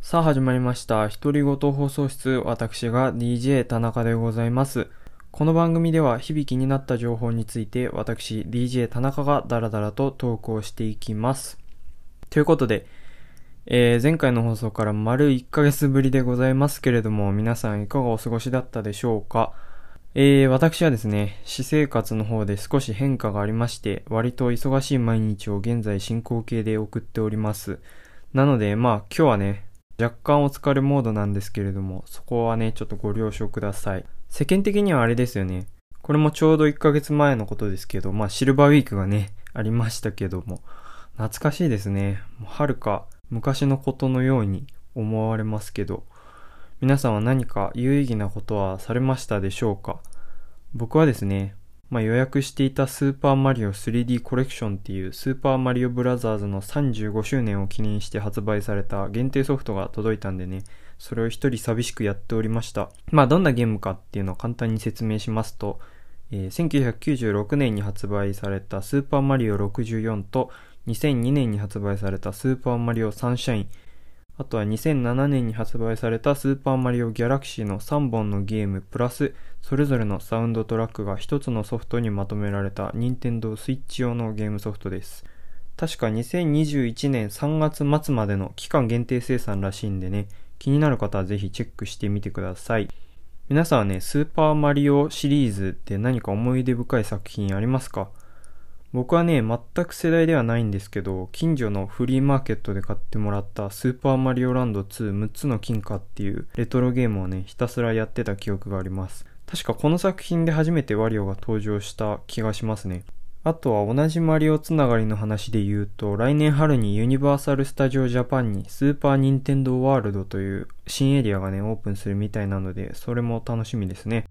さあ始まりました。独り言放送室、私が DJ 田中でございます。この番組では響きになった情報について私 DJ 田中がダラダラと投稿していきます。ということで、前回の放送から丸1ヶ月ぶりでございますけれども、皆さんいかがお過ごしだったでしょうか。私はですね、私生活の方で少し変化がありまして、割と忙しい毎日を現在進行形で送っております。なので、今日はね、若干お疲れモードなんですけれども、そこはね、ちょっとご了承ください。世間的にはあれですよね。これもちょうど1ヶ月前のことですけど、シルバーウィークがね、ありましたけども、懐かしいですね。はるか昔のことのように思われますけど、皆さんは何か有意義なことはされましたでしょうか。僕はですね、予約していたスーパーマリオ 3D コレクションっていうスーパーマリオブラザーズの35周年を記念して発売された限定ソフトが届いたんでね、それを一人寂しくやっておりました。どんなゲームかっていうのを簡単に説明しますと、1996年に発売されたスーパーマリオ64と2002年に発売されたスーパーマリオサンシャイン、あとは2007年に発売されたスーパーマリオギャラクシーの3本のゲームプラスそれぞれのサウンドトラックが一つのソフトにまとめられた任天堂スイッチ用のゲームソフトです。確か2021年3月末までの期間限定生産らしいんでね、気になる方はぜひチェックしてみてください。皆さんはね、スーパーマリオシリーズって何か思い出深い作品ありますか？僕はね、全く世代ではないんですけど、近所のフリーマーケットで買ってもらったスーパーマリオランド2 6つの金貨っていうレトロゲームをね、ひたすらやってた記憶があります。確かこの作品で初めてワリオが登場した気がしますね。あとは同じマリオつながりの話で言うと、来年春にユニバーサルスタジオジャパンにスーパーニンテンドーワールドという新エリアがね、オープンするみたいなので、それも楽しみですね。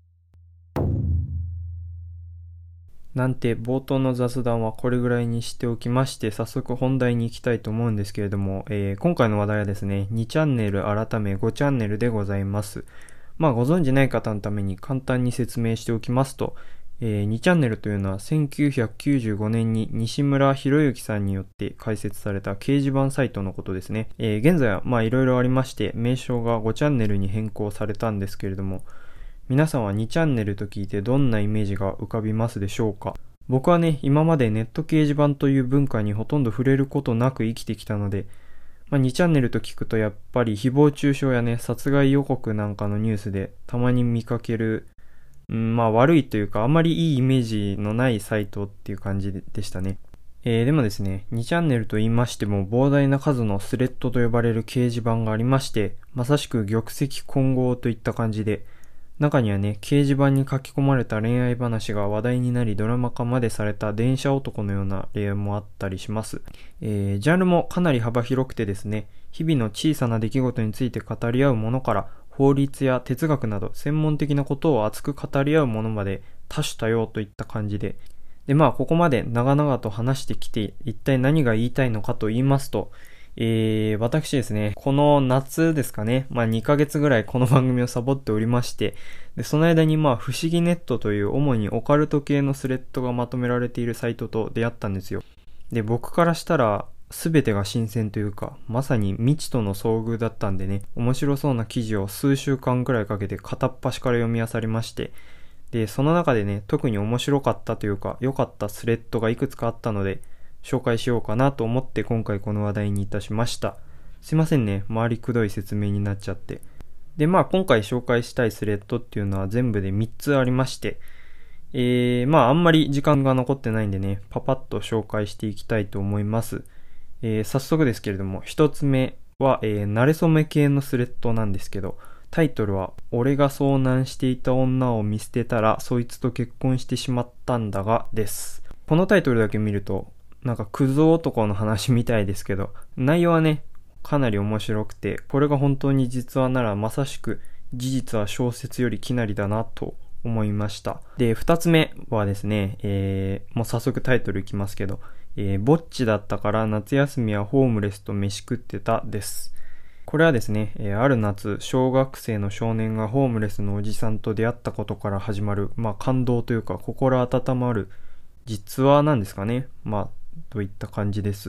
なんて冒頭の雑談はこれぐらいにしておきまして、早速本題に行きたいと思うんですけれども、今回の話題はですね、2チャンネル改め5チャンネルでございます。ご存知ない方のために簡単に説明しておきますと、2チャンネルというのは1995年に西村博之さんによって開設された掲示板サイトのことですね。現在はいろいろありまして、名称が5チャンネルに変更されたんですけれども、皆さんは2チャンネルと聞いてどんなイメージが浮かびますでしょうか？僕はね、今までネット掲示板という文化にほとんど触れることなく生きてきたので、2チャンネルと聞くとやっぱり誹謗中傷やね、殺害予告なんかのニュースでたまに見かける、悪いというかあまりいいイメージのないサイトっていう感じでしたね。でもですね、2チャンネルと言いましても膨大な数のスレッドと呼ばれる掲示板がありまして、まさしく玉石混合といった感じで、中にはね、掲示板に書き込まれた恋愛話が話題になりドラマ化までされた電車男のような例もあったりします。ジャンルもかなり幅広くてですね、日々の小さな出来事について語り合うものから、法律や哲学など専門的なことを熱く語り合うものまで多種多様といった感じで、ここまで長々と話してきて一体何が言いたいのかと言いますと、私ですね、この夏ですかね、2ヶ月ぐらいこの番組をサボっておりまして、で、その間に不思議ネットという主にオカルト系のスレッドがまとめられているサイトと出会ったんですよ。で、僕からしたら全てが新鮮というか、まさに未知との遭遇だったんでね、面白そうな記事を数週間くらいかけて片っ端から読み漁りまして、で、その中でね、特に面白かったというか、良かったスレッドがいくつかあったので、紹介しようかなと思って今回この話題にいたしました。すいませんね、回りくどい説明になっちゃって。で、今回紹介したいスレッドっていうのは全部で3つありまして、あんまり時間が残ってないんでね、パパッと紹介していきたいと思います。早速ですけれども、1つ目は、慣れ初め系のスレッドなんですけど、タイトルは、俺が遭難していた女を見捨てたら、そいつと結婚してしまったんだが、です。このタイトルだけ見ると、クズ男の話みたいですけど、内容はね、かなり面白くて、これが本当に実話ならまさしく事実は小説よりきなりだなと思いました。で、二つ目はですね、もう早速タイトルいきますけど、ぼっちだったから夏休みはホームレスと飯食ってたです。これはですね、ある夏、小学生の少年がホームレスのおじさんと出会ったことから始まる、感動というか心温まる実話なんですかね。といった感じです。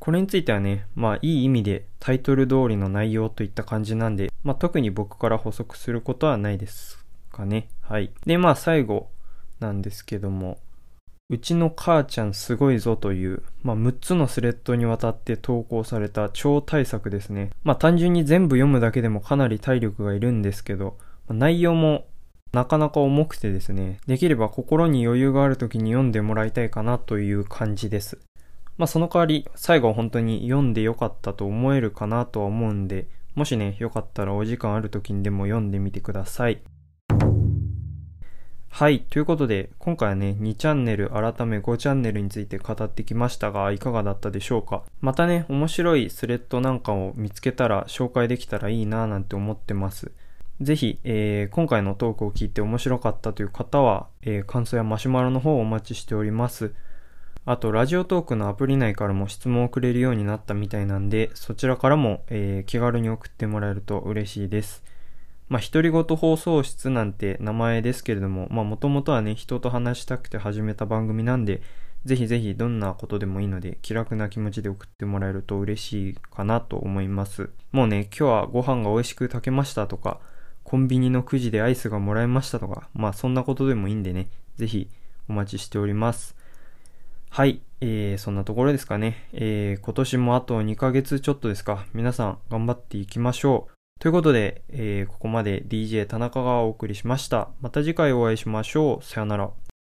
これについてはね、いい意味でタイトル通りの内容といった感じなんで、特に僕から補足することはないですかね。はい。で、最後なんですけども、うちの母ちゃんすごいぞという、6つのスレッドにわたって投稿された超大作ですね。単純に全部読むだけでもかなり体力がいるんですけど、内容もなかなか重くてですね、できれば心に余裕がある時に読んでもらいたいかなという感じです。その代わり、最後は本当に読んでよかったと思えるかなとは思うんで、もしね、よかったらお時間ある時にでも読んでみてください。はい。ということで、今回はね、2チャンネル改め5チャンネルについて語ってきましたが、いかがだったでしょうか。またね、面白いスレッドなんかを見つけたら紹介できたらいいなぁなんて思ってます。ぜひ、今回のトークを聞いて面白かったという方は、感想やマシュマロの方をお待ちしております。あと、ラジオトークのアプリ内からも質問をくれるようになったみたいなんで、そちらからも、気軽に送ってもらえると嬉しいです。独り言放送室なんて名前ですけれども、もともとはね、人と話したくて始めた番組なんで、ぜひぜひどんなことでもいいので、気楽な気持ちで送ってもらえると嬉しいかなと思います。もうね、今日はご飯が美味しく炊けましたとか、コンビニのくじでアイスがもらえましたとか、そんなことでもいいんでね、ぜひお待ちしております。はい、そんなところですかね。今年もあと2ヶ月ちょっとですか。皆さん頑張っていきましょう。ということで、ここまで DJ 田中がお送りしました。また次回お会いしましょう。さよなら。